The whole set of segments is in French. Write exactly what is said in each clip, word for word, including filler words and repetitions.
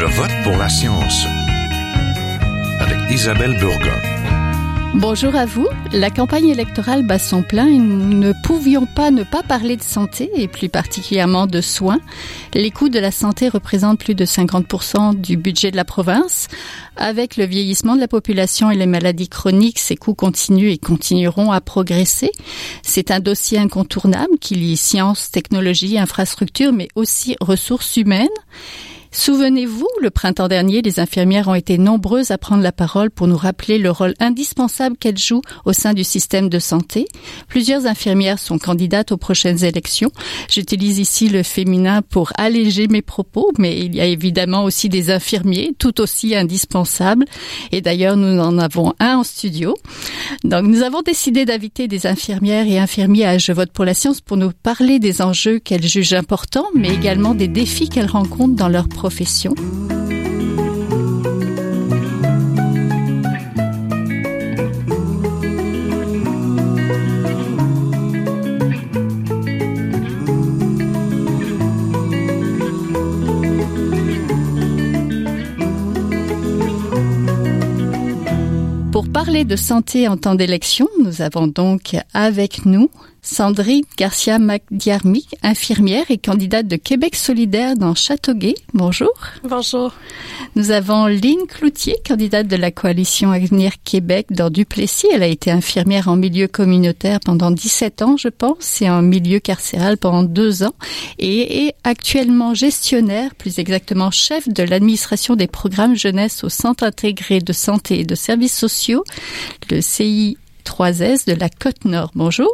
Je vote pour la science avec Isabelle Burgon. Bonjour à vous. La campagne électorale bat son plein et nous ne pouvions pas ne pas parler de santé et plus particulièrement de soins. Les coûts de la santé représentent plus de cinquante pour cent du budget de la province. Avec le vieillissement de la population et les maladies chroniques, ces coûts continuent et continueront à progresser. C'est un dossier incontournable qui lie sciences, technologies, infrastructures, mais aussi ressources humaines. Souvenez-vous, le printemps dernier, les infirmières ont été nombreuses à prendre la parole pour nous rappeler le rôle indispensable qu'elles jouent au sein du système de santé. Plusieurs infirmières sont candidates aux prochaines élections. J'utilise ici le féminin pour alléger mes propos, mais il y a évidemment aussi des infirmiers tout aussi indispensables. Et d'ailleurs, nous en avons un en studio. Donc, nous avons décidé d'inviter des infirmières et infirmiers à Je vote pour la science pour nous parler des enjeux qu'elles jugent importants, mais également des défis qu'elles rencontrent dans leur profession. Pour parler de santé en temps d'élection, nous avons donc avec nous Sandrine Garcia-Macdiarmi, infirmière et candidate de Québec solidaire dans Châteauguay. Bonjour. Bonjour. Nous avons Lynne Cloutier, candidate de la coalition Avenir Québec dans Duplessis. Elle a été infirmière en milieu communautaire pendant dix-sept ans, je pense, et en milieu carcéral pendant deux ans, et est actuellement gestionnaire, plus exactement chef de l'administration des programmes jeunesse au Centre intégré de santé et de services sociaux, le C I trois S de la Côte-Nord. Bonjour.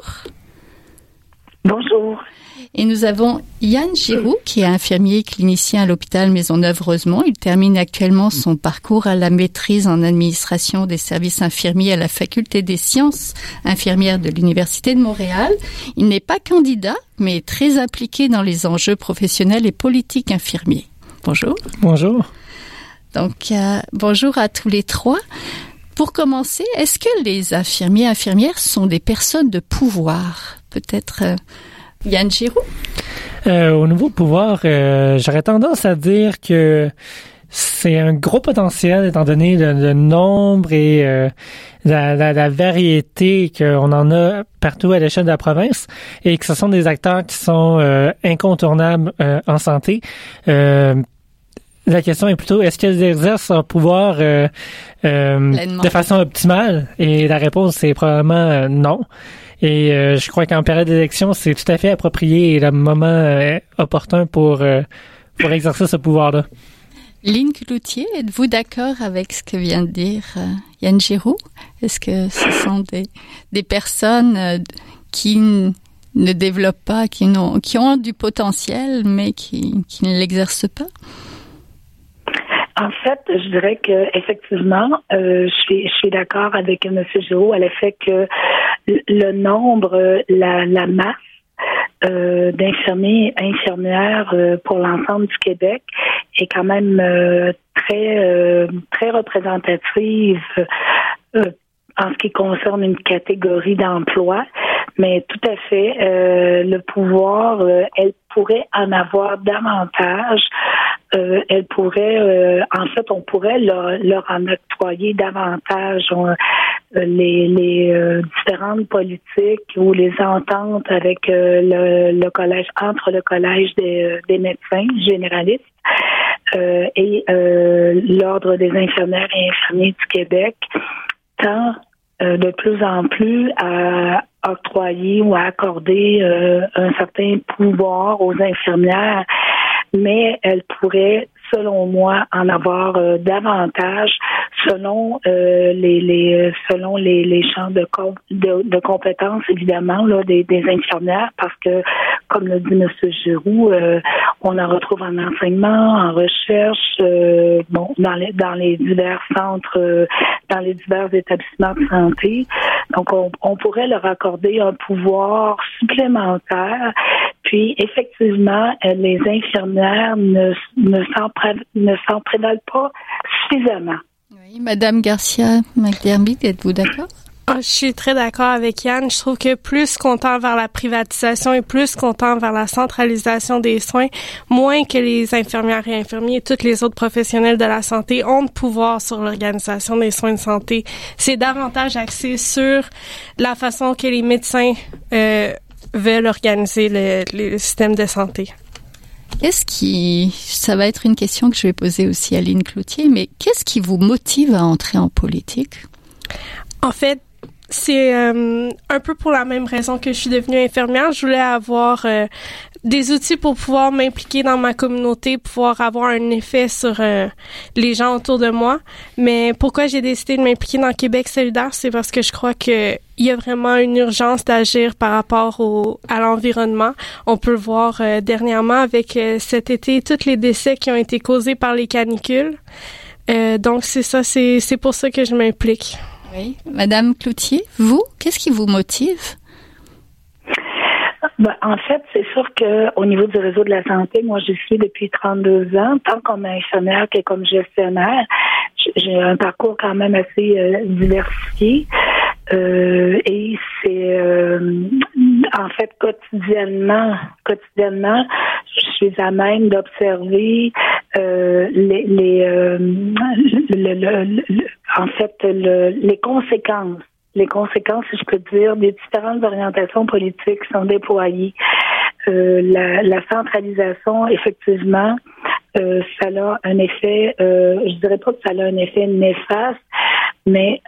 Bonjour. Et nous avons Yann Giroux, qui est infirmier clinicien à l'hôpital Maisonneuve-Rosemont. Il termine actuellement son parcours à la maîtrise en administration des services infirmiers à la Faculté des sciences infirmières de l'Université de Montréal. Il n'est pas candidat, mais est très impliqué dans les enjeux professionnels et politiques infirmiers. Bonjour. Bonjour. Donc, euh, bonjour à tous les trois. Pour commencer, est-ce que les infirmiers et infirmières sont des personnes de pouvoir? Peut-être euh, Yann Giroux? Euh, au niveau pouvoir, euh, j'aurais tendance à dire que c'est un gros potentiel étant donné le, le nombre et euh, la, la, la variété qu'on en a partout à l'échelle de la province et que ce sont des acteurs qui sont euh, incontournables euh, en santé. Euh, La question est plutôt, est-ce qu'elles exercent leur pouvoir euh, euh, de façon optimale? Et la réponse, c'est probablement euh, non. Et euh, je crois qu'en période d'élection, c'est tout à fait approprié et le moment euh, opportun pour, euh, pour exercer ce pouvoir-là. Lynne Cloutier, êtes-vous d'accord avec ce que vient de dire euh, Yann Giroux? Est-ce que ce sont des, des personnes euh, qui n- ne développent pas, qui, n'ont, qui ont du potentiel, mais qui, qui ne l'exercent pas? En fait, je dirais que effectivement, euh, je suis je suis d'accord avec M. Giroux à l'effet que le nombre, la, la masse euh, d'infirmiers et infirmières euh, pour l'ensemble du Québec est quand même euh, très euh, très représentative euh, en ce qui concerne une catégorie d'emploi, mais tout à fait, euh, le pouvoir, euh, elle pourrait en avoir davantage. Euh, elle pourrait, euh, en fait, on pourrait leur, leur en octroyer davantage. On, euh, les les euh, différentes politiques ou les ententes avec euh, le, le collège, entre le collège des, des médecins généralistes euh, et euh, l'Ordre des infirmières et infirmiers du Québec, tend euh, de plus en plus à octroyer ou à accorder euh, un certain pouvoir aux infirmières, mais elles pourraient, selon moi, en avoir euh, davantage selon euh, les, les selon les, les champs de, com- de de compétences évidemment là des, des infirmières, parce que comme le dit M. Giroux, euh, on en retrouve en enseignement, en recherche, euh, bon dans les dans les divers centres, euh, dans les divers établissements de santé. Donc on, on pourrait leur accorder un pouvoir supplémentaire. Puis effectivement, les infirmières ne ne s'en pré- ne s'en prévalent pas suffisamment. Oui, Madame Garcia-Macdiarmi, êtes-vous d'accord? Ah, je suis très d'accord avec Yann. Je trouve que plus qu'on tend vers la privatisation et plus qu'on tend vers la centralisation des soins, moins que les infirmières et infirmiers et tous les autres professionnels de la santé ont de pouvoir sur l'organisation des soins de santé. C'est davantage axé sur la façon que les médecins euh, veulent organiser le, le système de santé. Qu'est-ce qui, ça va être une question que je vais poser aussi à Lynn Cloutier, mais qu'est-ce qui vous motive à entrer en politique? En fait, c'est euh, un peu pour la même raison que je suis devenue infirmière. Je voulais avoir euh, des outils pour pouvoir m'impliquer dans ma communauté, pouvoir avoir un effet sur euh, les gens autour de moi. Mais pourquoi j'ai décidé de m'impliquer dans Québec solidaire, c'est parce que je crois que il y a vraiment une urgence d'agir par rapport au à l'environnement. On peut le voir euh, dernièrement avec euh, cet été tous les décès qui ont été causés par les canicules. Euh, donc c'est ça, c'est c'est pour ça que je m'implique. Oui. Madame Cloutier, vous, qu'est-ce qui vous motive? Ben, en fait, c'est sûr qu'au niveau du réseau de la santé, moi, je suis depuis trente-deux ans, tant comme infirmière que comme gestionnaire. J'ai un parcours quand même assez euh, diversifié. Euh, et c'est euh, en fait quotidiennement, quotidiennement, je suis à même d'observer euh, les, les euh, le, le, le, le, en fait le, les conséquences, les conséquences, si je peux dire, des différentes orientations politiques qui sont déployées. Euh, la, la centralisation, effectivement, euh, ça a un effet, euh, je dirais pas que ça a un effet néfaste, mais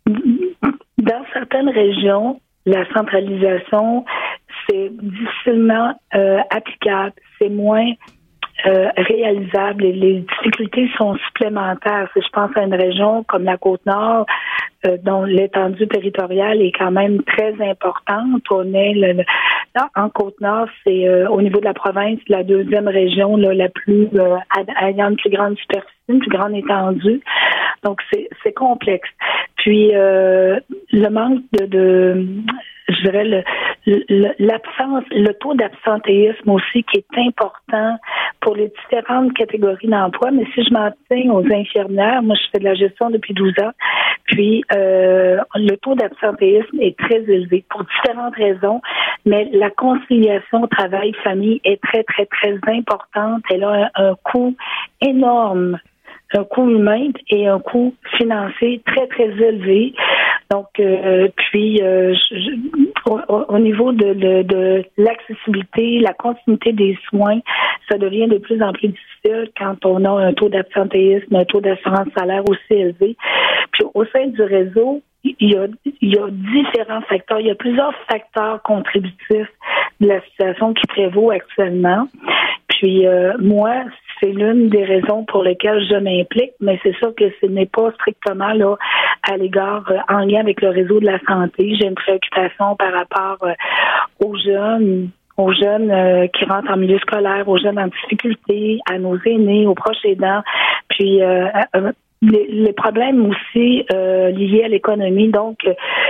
dans certaines régions, la centralisation, c'est difficilement euh, applicable, c'est moins euh, réalisable et les difficultés sont supplémentaires. Si je pense à une région comme la Côte-Nord, euh, dont l'étendue territoriale est quand même très importante, on est le, le, là, en Côte-Nord, c'est euh, au niveau de la province la deuxième région là, la plus euh, ayant une plus grande superficie, une plus grande étendue. Donc c'est c'est complexe. Puis euh, le manque de, de je dirais le, le l'absence, le taux d'absentéisme aussi qui est important pour les différentes catégories d'emploi. Mais si je m'en tiens aux infirmières, moi je fais de la gestion depuis douze ans, puis euh, le taux d'absentéisme est très élevé pour différentes raisons, mais la conciliation travail-famille est très, très, très importante. Elle a un, un coût énorme, un coût humain et un coût financier très, très élevé. Donc, euh, puis, euh, je, au, au niveau de, de, de l'accessibilité, la continuité des soins, ça devient de plus en plus difficile quand on a un taux d'absentéisme, un taux d'assurance salaire aussi élevé. Puis, au sein du réseau, il y a, il y a différents facteurs. Il y a plusieurs facteurs contributifs de la situation qui prévaut actuellement. Puis, euh, moi, c'est l'une des raisons pour lesquelles je m'implique, mais c'est sûr que ce n'est pas strictement là à l'égard, euh, en lien avec le réseau de la santé. J'ai une préoccupation par rapport euh, aux jeunes, aux jeunes euh, qui rentrent en milieu scolaire, aux jeunes en difficulté, à nos aînés, aux proches aidants, puis euh, euh, les, les problèmes aussi euh, liés à l'économie. Donc,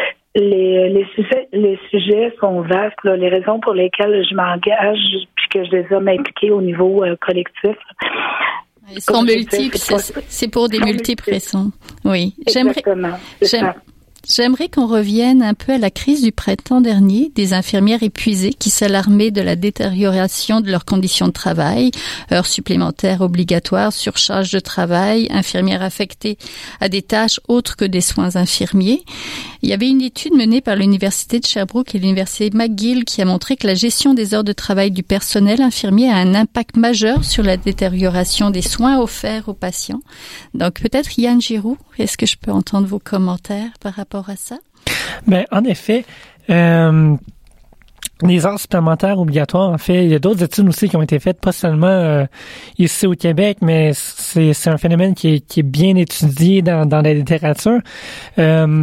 les, les sujets, les sujets sont vastes, là, les raisons pour lesquelles je m'engage puis que je désire m'impliquer au niveau euh, collectif. Ils sont multiples, c'est, c'est pour des multiples raisons. Oui, exactement. J'aimerais, J'aimerais qu'on revienne un peu à la crise du printemps dernier, des infirmières épuisées qui s'alarmaient de la détérioration de leurs conditions de travail, heures supplémentaires obligatoires, surcharge de travail, infirmières affectées à des tâches autres que des soins infirmiers. Il y avait une étude menée par l'Université de Sherbrooke et l'Université McGill qui a montré que la gestion des heures de travail du personnel infirmier a un impact majeur sur la détérioration des soins offerts aux patients. Donc peut-être Yann Giroux, est-ce que je peux entendre vos commentaires par rapport à ça? Ben, en effet, euh, les heures supplémentaires obligatoires, en fait, il y a d'autres études aussi qui ont été faites, pas seulement euh, ici au Québec, mais c'est, c'est un phénomène qui est, qui est bien étudié dans, dans la littérature. Euh,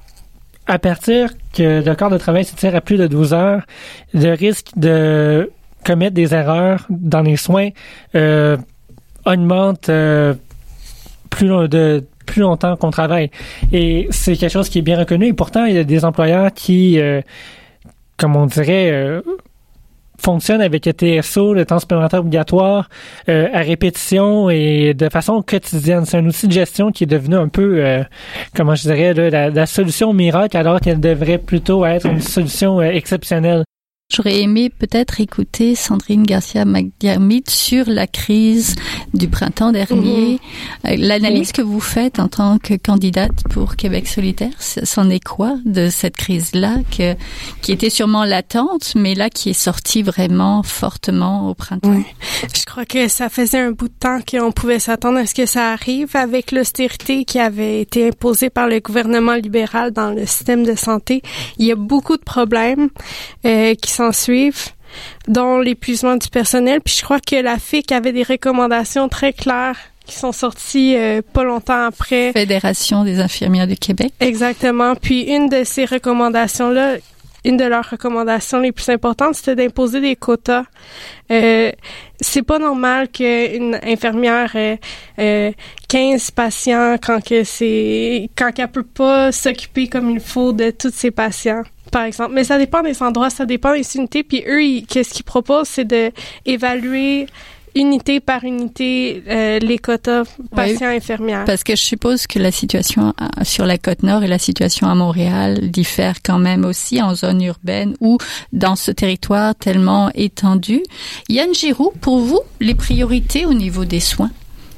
à partir que le corps de travail s'étire à plus de douze heures, le risque de commettre des erreurs dans les soins euh, augmente euh, plus de plus longtemps qu'on travaille. Et c'est quelque chose qui est bien reconnu. Et pourtant, il y a des employeurs qui, euh, comme on dirait, euh, fonctionne avec le T S O, le temps supplémentaire obligatoire, euh, à répétition et de façon quotidienne. C'est un outil de gestion qui est devenu un peu, euh, comment je dirais, là, la, la solution miracle, alors qu'elle devrait plutôt être une solution euh, exceptionnelle. J'aurais aimé peut-être écouter Sandrine Garcia-McDiarmid sur la crise du printemps dernier. Mm-hmm. L'analyse oui. que vous faites en tant que candidate pour Québec solidaire, c'en est quoi de cette crise-là que, qui était sûrement latente, mais là qui est sortie vraiment fortement au printemps? Oui. Je crois que ça faisait un bout de temps qu'on pouvait s'attendre à ce que ça arrive avec l'austérité qui avait été imposée par le gouvernement libéral dans le système de santé. Il y a beaucoup de problèmes euh, qui s'en suivent, dont l'épuisement du personnel. Puis je crois que la F I C avait des recommandations très claires qui sont sorties euh, pas longtemps après. Fédération des infirmières du Québec. Exactement. Puis une de ces recommandations-là, une de leurs recommandations les plus importantes, c'était d'imposer des quotas. Euh, c'est pas normal qu'une infirmière ait euh, quinze patients quand que c'est quand qu'elle peut pas s'occuper comme il faut de tous ses patients, par exemple. Mais ça dépend des endroits, ça dépend des unités. Puis eux, ils, qu'est-ce qu'ils proposent, c'est de évaluer unité par unité euh, les quotas patients oui, infirmières. Parce que je suppose que la situation à, sur la Côte-Nord et la situation à Montréal diffèrent quand même aussi en zone urbaine ou dans ce territoire tellement étendu. Yann Giroux, pour vous, les priorités au niveau des soins?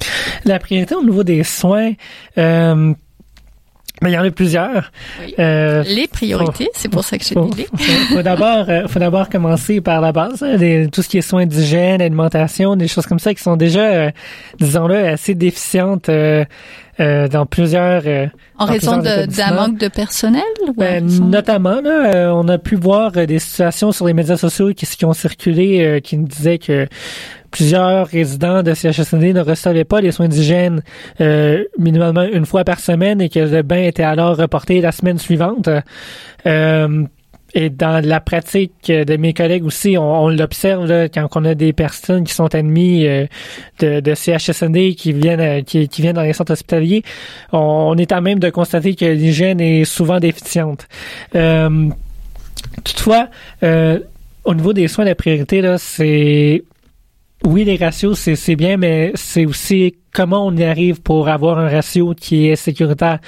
La priorité au niveau des soins... Euh Mais il y en a plusieurs. Oui. Euh, les priorités, faut, c'est pour ça que j'ai dit. Il faut, faut d'abord, euh, faut d'abord commencer par la base, hein, des, tout ce qui est soins d'hygiène, alimentation, des choses comme ça qui sont déjà, euh, disons-le, assez déficientes euh, euh, dans plusieurs. Euh, en dans raison plusieurs de, d'un manque de personnel. Ben, notamment, là, euh, on a pu voir euh, des situations sur les médias sociaux qui, qui ont circulé, euh, qui nous disaient que plusieurs résidents de C H S L D ne recevaient pas les soins d'hygiène euh, minimalement une fois par semaine et que le bain était alors reporté la semaine suivante. Euh, et dans la pratique de mes collègues aussi, on, on l'observe là, quand on a des personnes qui sont admises euh, de, de C H S L D qui viennent euh, qui, qui viennent dans les centres hospitaliers, on, on est à même de constater que l'hygiène est souvent déficiente. Euh, toutefois, euh, au niveau des soins, la priorité, là, c'est oui, les ratios, c'est, c'est bien, mais c'est aussi comment on y arrive pour avoir un ratio qui est sécuritaire.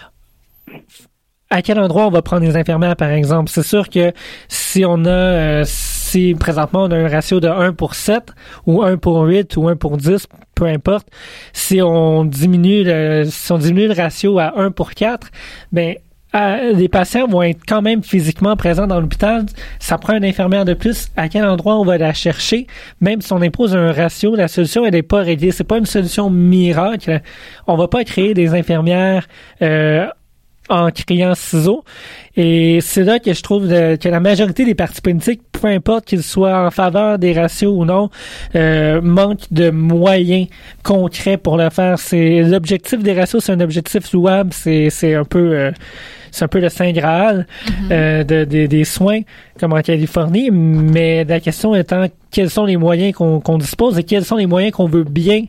À quel endroit on va prendre les infirmières, par exemple? C'est sûr que si on a, euh, si présentement on a un ratio de un pour sept, ou un pour huit, ou un pour dix, peu importe, si on diminue le, si on diminue le ratio à un pour quatre, ben, Euh, les patients vont être quand même physiquement présents dans l'hôpital. Ça prend une infirmière de plus. À quel endroit on va la chercher? Même si on impose un ratio, la solution, elle n'est pas réglée. C'est pas une solution miracle. On va pas créer des infirmières euh, en criant ciseaux. Et c'est là que je trouve de, que la majorité des partis politiques, peu importe qu'ils soient en faveur des ratios ou non, euh, manquent de moyens concrets pour le faire. C'est l'objectif des ratios, c'est un objectif louable. C'est, c'est un peu... Euh, C'est un peu le Saint Graal mm-hmm. euh, de, de, des soins, comme en Californie, mais la question étant quels sont les moyens qu'on, qu'on dispose et quels sont les moyens qu'on veut bien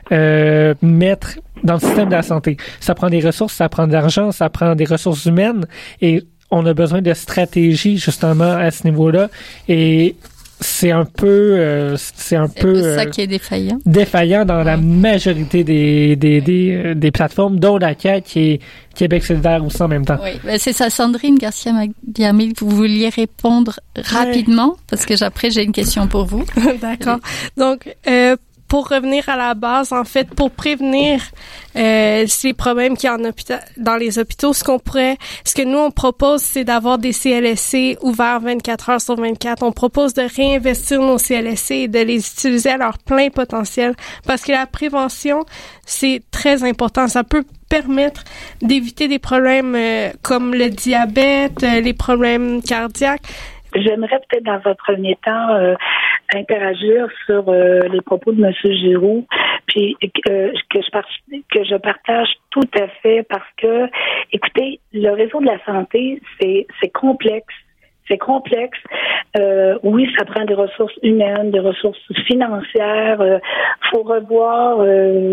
euh, mettre dans le système de la santé. Ça prend des ressources, ça prend de l'argent, ça prend des ressources humaines et on a besoin de stratégie justement à ce niveau-là. Et c'est un peu euh, c'est un c'est peu, peu ça euh, qui est défaillant défaillant dans ouais. la majorité des des des, euh, des plateformes, dont la C A Q qui est Québec solidaire aussi en même temps. Oui, ben c'est ça. Sandrine Garcia-McDiarmid, vous vouliez répondre rapidement ouais. parce que après j'ai une question pour vous. D'accord. Donc euh, pour revenir à la base, en fait, pour prévenir euh, ces problèmes qu'il y a en hôpital, dans les hôpitaux, ce qu'on pourrait, ce que nous on propose, c'est d'avoir des C L S C ouverts vingt-quatre heures sur vingt-quatre. On propose de réinvestir nos C L S C et de les utiliser à leur plein potentiel, parce que la prévention, c'est très important. Ça peut permettre d'éviter des problèmes euh, comme le diabète, euh, les problèmes cardiaques. J'aimerais peut-être dans un premier temps euh, interagir sur euh, les propos de M. Giroux, puis euh, que je par- que je partage tout à fait parce que, écoutez, le réseau de la santé, c'est c'est complexe. C'est complexe. Euh, oui, ça prend des ressources humaines, des ressources financières. Euh, faut revoir euh,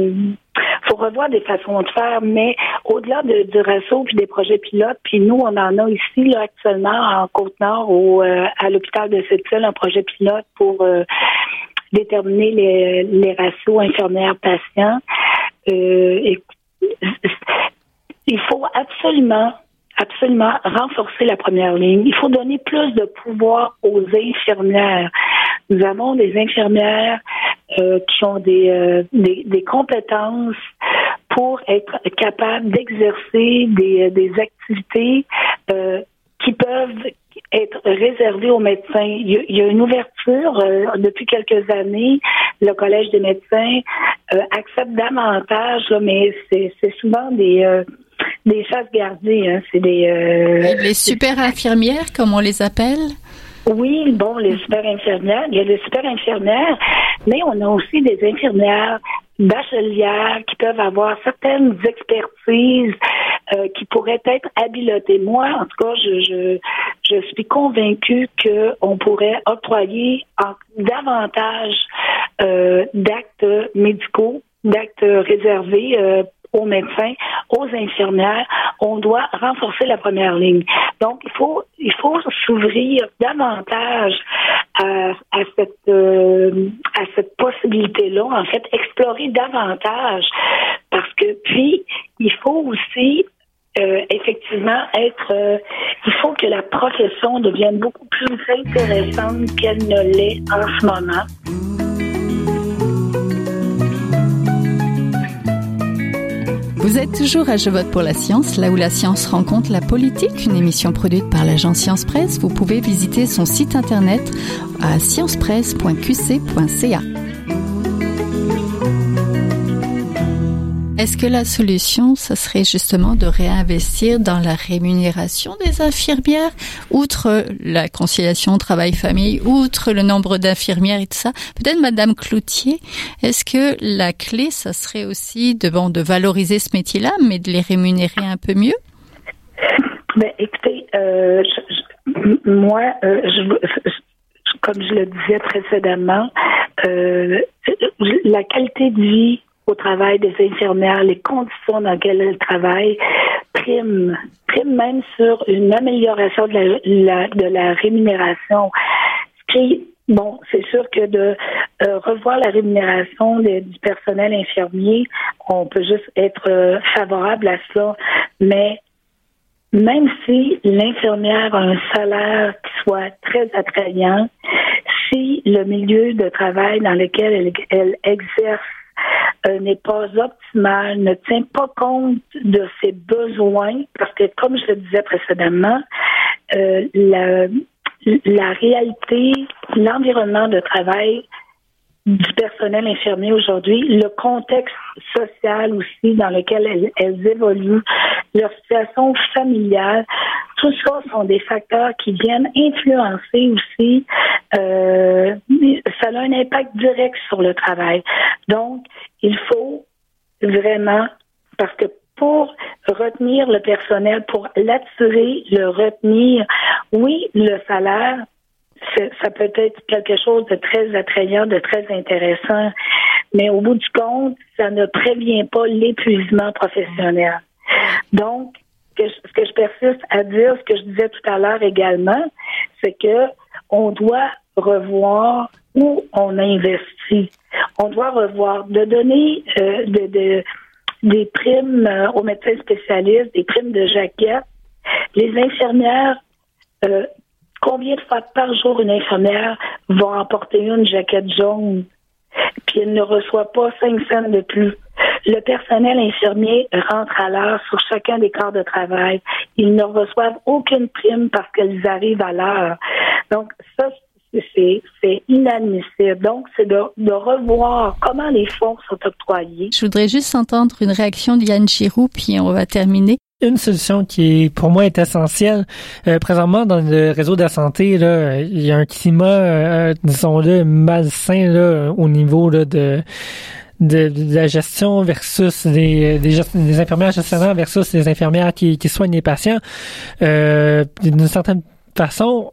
faut revoir des façons de faire, mais au-delà de, du réseau puis des projets pilotes, puis nous, on en a ici là, actuellement en Côte-Nord au, euh, à l'hôpital de Sept-Îles, un projet pilote pour euh, déterminer les, les ratios infirmières-patients. Euh, et, il faut absolument absolument renforcer la première ligne. Il faut donner plus de pouvoir aux infirmières. Nous avons des infirmières euh, qui ont des, euh, des, des compétences pour être capables d'exercer des, des activités euh, qui peuvent être réservées aux médecins. Il y a, il y a une ouverture euh, depuis quelques années. Le Collège des médecins euh, accepte davantage, là, mais c'est, c'est souvent des... Euh, des chasses gardées, hein. C'est des... Euh, les super infirmières, comme on les appelle? Oui, bon, les super infirmières. Il y a des super infirmières, mais on a aussi des infirmières bachelières qui peuvent avoir certaines expertises euh, qui pourraient être habilitées. Moi, en tout cas, je, je, je suis convaincue qu'on pourrait octroyer en, davantage euh, d'actes médicaux, d'actes réservés euh, aux médecins, aux infirmières. On doit renforcer la première ligne. Donc, il faut il faut s'ouvrir davantage à, à cette euh, à cette possibilité-là. En fait, explorer davantage, parce que puis il faut aussi euh, effectivement être. Euh, il faut que la profession devienne beaucoup plus intéressante qu'elle ne l'est en ce moment. Vous êtes toujours à Je vote pour la science, là où la science rencontre la politique, une émission produite par l'agence Science Presse. Vous pouvez visiter son site internet à science presse point q c point c a. Est-ce que la solution, ça serait justement de réinvestir dans la rémunération des infirmières, outre la conciliation travail-famille, outre le nombre d'infirmières et tout ça? Peut-être Madame Cloutier, est-ce que la clé, ça serait aussi de, bon, de valoriser ce métier-là, mais de les rémunérer un peu mieux? Ben, écoutez, euh, je, je, moi, euh, je, je, comme je le disais précédemment, euh, la qualité de vie au travail des infirmières, les conditions dans lesquelles elles travaillent, prime, prime même sur une amélioration de la, la, de la rémunération. Ce qui, bon, c'est sûr que de euh, revoir la rémunération de, du personnel infirmier, on peut juste être euh, favorable à cela, mais même si l'infirmière a un salaire qui soit très attrayant, si le milieu de travail dans lequel elle, elle exerce Euh, n'est pas optimal, ne tient pas compte de ses besoins, parce que, comme je le disais précédemment, euh, la, la réalité, l'environnement de travail du personnel infirmier aujourd'hui, le contexte social aussi dans lequel elles, elles évoluent, leur situation familiale, tout ça sont des facteurs qui viennent influencer aussi, euh, ça a un impact direct sur le travail. Donc, il faut vraiment, parce que pour retenir le personnel, pour l'attirer, le retenir, oui, le salaire, c'est, ça peut être quelque chose de très attrayant, de très intéressant, mais au bout du compte, ça ne prévient pas l'épuisement professionnel. Donc, que je, ce que je persiste à dire, ce que je disais tout à l'heure également, c'est que on doit revoir où on investit. On doit revoir, de donner euh, de, de, des primes euh, aux médecins spécialistes, des primes de jaquette. Les infirmières, euh, combien de fois par jour une infirmière va emporter une jaquette jaune, puis elle ne reçoit pas cinq cents de plus. Le personnel infirmier rentre à l'heure sur chacun des corps de travail. Ils ne reçoivent aucune prime parce qu'ils arrivent à l'heure. Donc, ça, c'est, c'est inadmissible. Donc, c'est de, de revoir comment les fonds sont octroyés. Je voudrais juste entendre une réaction d'Yann Giroux, puis on va terminer. Une solution qui, pour moi, est essentielle. Euh, présentement, dans le réseau de la santé, là, il y a un climat, euh, disons-le, malsain là, au niveau là, de... De, de la gestion versus des, des, des infirmières gestionnaires versus les infirmières qui, qui soignent les patients. Euh, d'une certaine façon,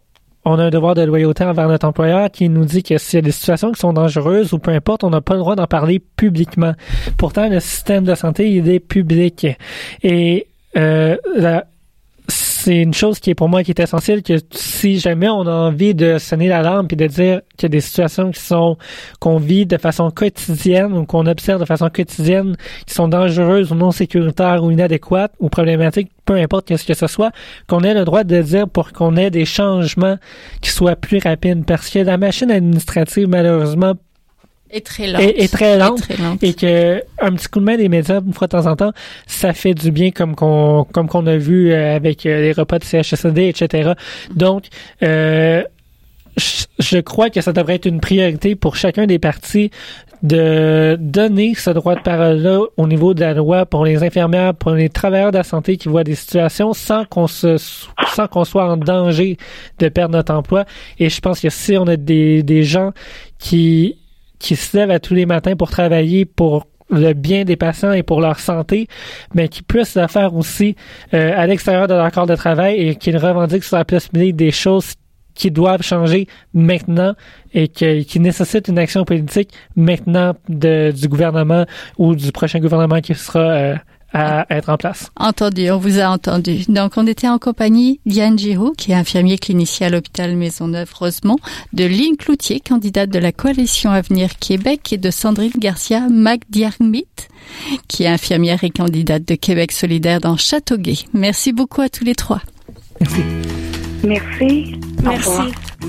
on a un devoir de loyauté envers notre employeur qui nous dit que s'il y a des situations qui sont dangereuses ou peu importe, on n'a pas le droit d'en parler publiquement. Pourtant, le système de santé, il est public. Et euh, la, c'est une chose qui est pour moi qui est essentielle, que si jamais on a envie de sonner l'alarme puis de dire qu'il y a des situations qui sont qu'on vit de façon quotidienne ou qu'on observe de façon quotidienne qui sont dangereuses ou non sécuritaires ou inadéquates ou problématiques, peu importe ce que ce soit, qu'on ait le droit de dire pour qu'on ait des changements qui soient plus rapides, parce que la machine administrative, malheureusement, est très lente. Est, est très lente. Est très lente. Et que un petit coup de main des médias, une fois de temps en temps, ça fait du bien, comme qu'on, comme qu'on a vu avec les repas de C H S L D, et cetera. Donc, euh, je, je crois que ça devrait être une priorité pour chacun des partis de donner ce droit de parole-là au niveau de la loi pour les infirmières, pour les travailleurs de la santé qui voient des situations sans qu'on se, sans qu'on soit en danger de perdre notre emploi. Et je pense que si on a des, des gens qui, qui se lèvent à tous les matins pour travailler pour le bien des patients et pour leur santé, mais qui puissent le faire aussi euh, à l'extérieur de leur corps de travail et qu'ils revendiquent sur la possibilité des choses qui doivent changer maintenant et que, qui nécessitent une action politique maintenant de, du gouvernement ou du prochain gouvernement qui sera euh, à être en place. Entendu, on vous a entendu. Donc, on était en compagnie d'Yann Giroux, qui est infirmier clinicien à l'hôpital Maisonneuve-Rosemont, de Lynn Cloutier, candidate de la Coalition Avenir Québec, et de Sandrine Garcia-Macdiarmid, qui est infirmière et candidate de Québec solidaire dans Châteauguay. Merci beaucoup à tous les trois. Merci. Merci. Merci.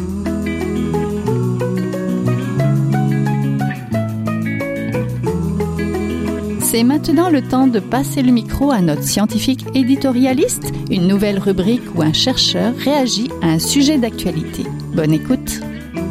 C'est maintenant le temps de passer le micro à notre scientifique éditorialiste, une nouvelle rubrique où un chercheur réagit à un sujet d'actualité. Bonne écoute.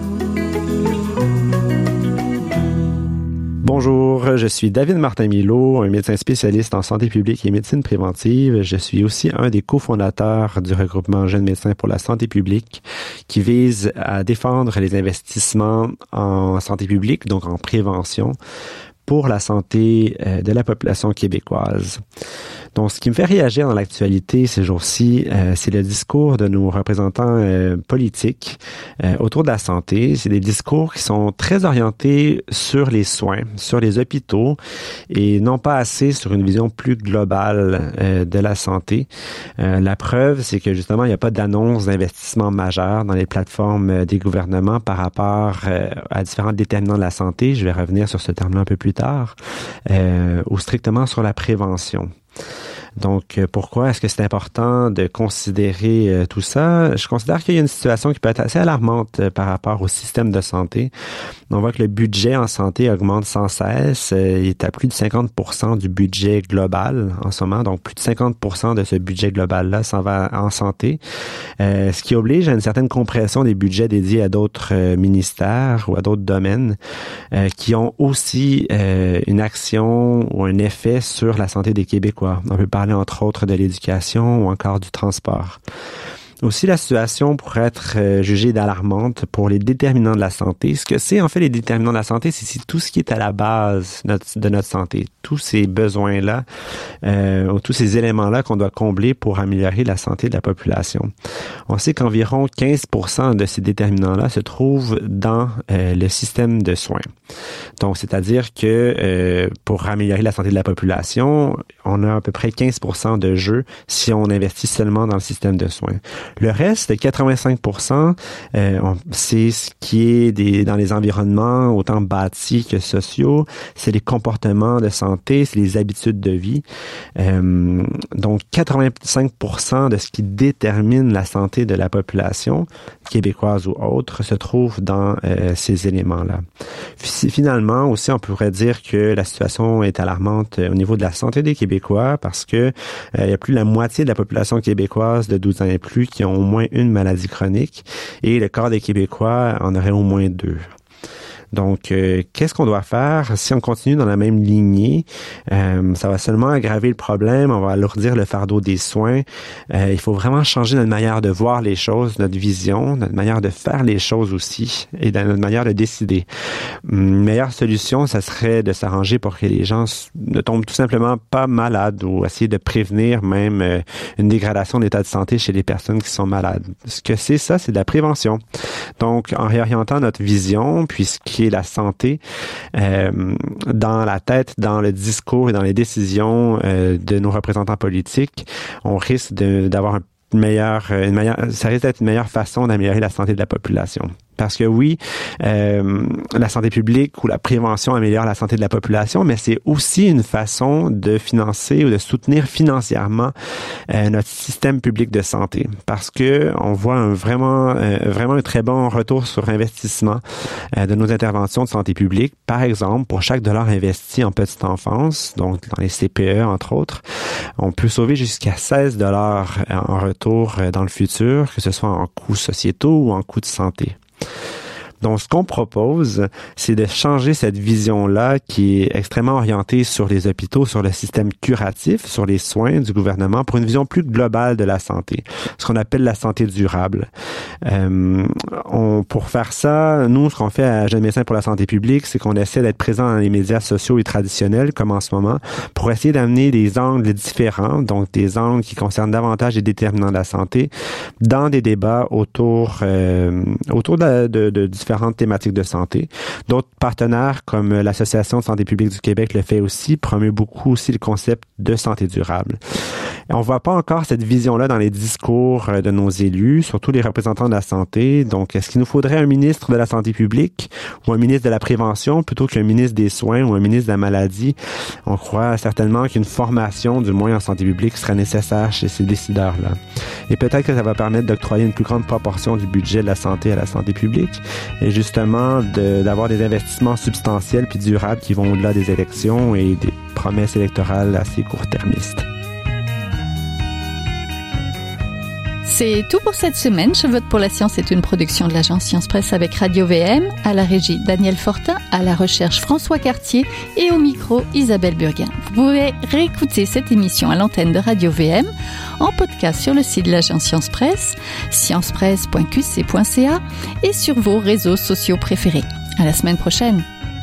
Bonjour, je suis David Martin-Milo, un médecin spécialiste en santé publique et médecine préventive. Je suis aussi un des cofondateurs du regroupement Jeunes médecins pour la santé publique qui vise à défendre les investissements en santé publique, donc en prévention, pour la santé de la population québécoise. Donc, ce qui me fait réagir dans l'actualité ces jours-ci, euh, c'est le discours de nos représentants euh, politiques euh, autour de la santé. C'est des discours qui sont très orientés sur les soins, sur les hôpitaux et non pas assez sur une vision plus globale euh, de la santé. Euh, la preuve, c'est que justement, il n'y a pas d'annonce d'investissement majeur dans les plateformes des gouvernements par rapport euh, à différents déterminants de la santé. Je vais revenir sur ce terme-là un peu plus tard, euh, ou strictement sur la prévention. Donc, pourquoi est-ce que c'est important de considérer euh, tout ça? Je considère qu'il y a une situation qui peut être assez alarmante euh, par rapport au système de santé. On voit que le budget en santé augmente sans cesse. Euh, il est à plus de cinquante pour cent du budget global en ce moment. Donc, plus de cinquante pour cent de ce budget global-là s'en va en santé. Euh, ce qui oblige à une certaine compression des budgets dédiés à d'autres euh, ministères ou à d'autres domaines euh, qui ont aussi euh, une action ou un effet sur la santé des Québécois. On peut parler entre autres de l'éducation ou encore du transport. Aussi, la situation pourrait être euh, jugée d'alarmante pour les déterminants de la santé. Ce que c'est, en fait, les déterminants de la santé, c'est, c'est tout ce qui est à la base notre, de notre santé. Tous ces besoins-là, euh, ou tous ces éléments-là qu'on doit combler pour améliorer la santé de la population. On sait qu'environ quinze pour cent de ces déterminants-là se trouvent dans euh, le système de soins. Donc, c'est-à-dire que euh, pour améliorer la santé de la population, on a à peu près quinze pour cent de jeu si on investit seulement dans le système de soins. Le reste, quatre-vingt-cinq pour cent, euh, on, c'est ce qui est des, dans les environnements autant bâtis que sociaux. C'est les comportements de santé, c'est les habitudes de vie. Euh, donc, quatre-vingt-cinq pour cent de ce qui détermine la santé de la population, québécoise ou autre, se trouve dans euh, ces éléments-là. Finalement, aussi, on pourrait dire que la situation est alarmante au niveau de la santé des Québécois parce que euh, il y a plus de la moitié de la population québécoise de douze ans et plus qui ont au moins une maladie chronique et le quart des Québécois en aurait au moins deux. Donc, euh, qu'est-ce qu'on doit faire si on continue dans la même lignée? Euh, ça va seulement aggraver le problème, on va alourdir le fardeau des soins. Euh, il faut vraiment changer notre manière de voir les choses, notre vision, notre manière de faire les choses aussi, et dans notre manière de décider. Une meilleure solution, ça serait de s'arranger pour que les gens ne tombent tout simplement pas malades ou essayer de prévenir même euh, une dégradation d'état de santé chez les personnes qui sont malades. Ce que c'est ça, c'est de la prévention. Donc, en réorientant notre vision, puis ce qui est la santé, euh, dans la tête, dans le discours et dans les décisions euh, de nos représentants politiques, on risque de, d'avoir un meilleur, une meilleure, ça risque d'être une meilleure façon d'améliorer la santé de la population. Parce que oui, euh, la santé publique ou la prévention améliore la santé de la population, mais c'est aussi une façon de financer ou de soutenir financièrement euh, notre système public de santé. Parce que on voit un vraiment, euh, vraiment un très bon retour sur investissement euh, de nos interventions de santé publique. Par exemple, pour chaque dollar investi en petite enfance, donc dans les C P E entre autres, on peut sauver jusqu'à seize dollars en retour dans le futur, que ce soit en coûts sociétaux ou en coûts de santé. Donc, ce qu'on propose, c'est de changer cette vision-là qui est extrêmement orientée sur les hôpitaux, sur le système curatif, sur les soins du gouvernement, pour une vision plus globale de la santé, ce qu'on appelle la santé durable. Euh, on, pour faire ça, nous, ce qu'on fait à Jeunes médecins pour la santé publique, c'est qu'on essaie d'être présent dans les médias sociaux et traditionnels, comme en ce moment, pour essayer d'amener des angles différents, donc des angles qui concernent davantage les déterminants de la santé, dans des débats autour, euh, autour de, de, de différentes thématiques de santé. D'autres partenaires, comme l'Association de santé publique du Québec le fait aussi, promeut beaucoup aussi le concept de santé durable. Et on voit pas encore cette vision-là dans les discours de nos élus, surtout les représentants de la santé. Donc, est-ce qu'il nous faudrait un ministre de la santé publique ou un ministre de la prévention plutôt qu'un ministre des soins ou un ministre de la maladie? On croit certainement qu'une formation, du moins en santé publique, serait nécessaire chez ces décideurs-là. Et peut-être que ça va permettre d'octroyer une plus grande proportion du budget de la santé à la santé publique et justement de, d'avoir des investissements substantiels puis durables qui vont au-delà des élections et des promesses électorales assez court-termistes. C'est tout pour cette semaine. Je vote pour la science est une production de l'agence Science Presse avec Radio V M, à la régie Daniel Fortin, à la recherche François Cartier et au micro Isabelle Burguin. Vous pouvez réécouter cette émission à l'antenne de Radio V M en podcast sur le site de l'agence Science Presse, science presse point q c point c a et sur vos réseaux sociaux préférés. À la semaine prochaine.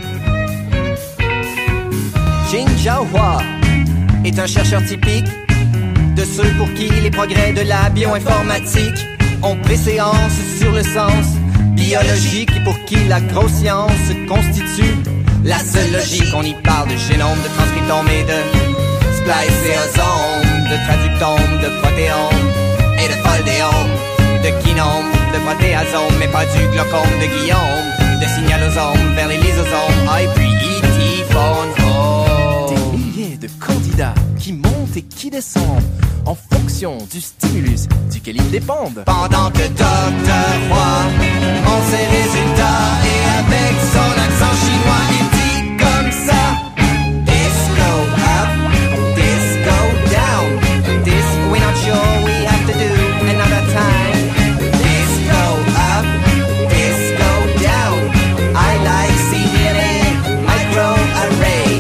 Jing Jiahua est un chercheur typique de ceux pour qui les progrès de la bioinformatique ont préséance sur le sens biologique et pour qui la grosse science constitue la seule logique. On y parle de génome, de transcriptome et de spliceosome, de traductome, de protéome et de foldéome, de kinome, de protéasome, mais pas du glaucome de Guillaume, de signalosome vers les lysosomes, ah, et puis E T phone. Oh. Des milliers de candidats qui montent et qui descendent en fonction du stimulus duquel ils dépendent. Pendant que Docteur Roy en ses résultats et avec son accent chinois il dit comme ça: disco up, disco down, this we're not sure we have to do another time. Disco up, disco down, I like C D N A, microarray.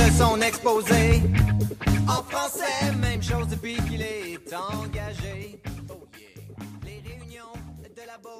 Exposé en français, même chose depuis qu'il est engagé.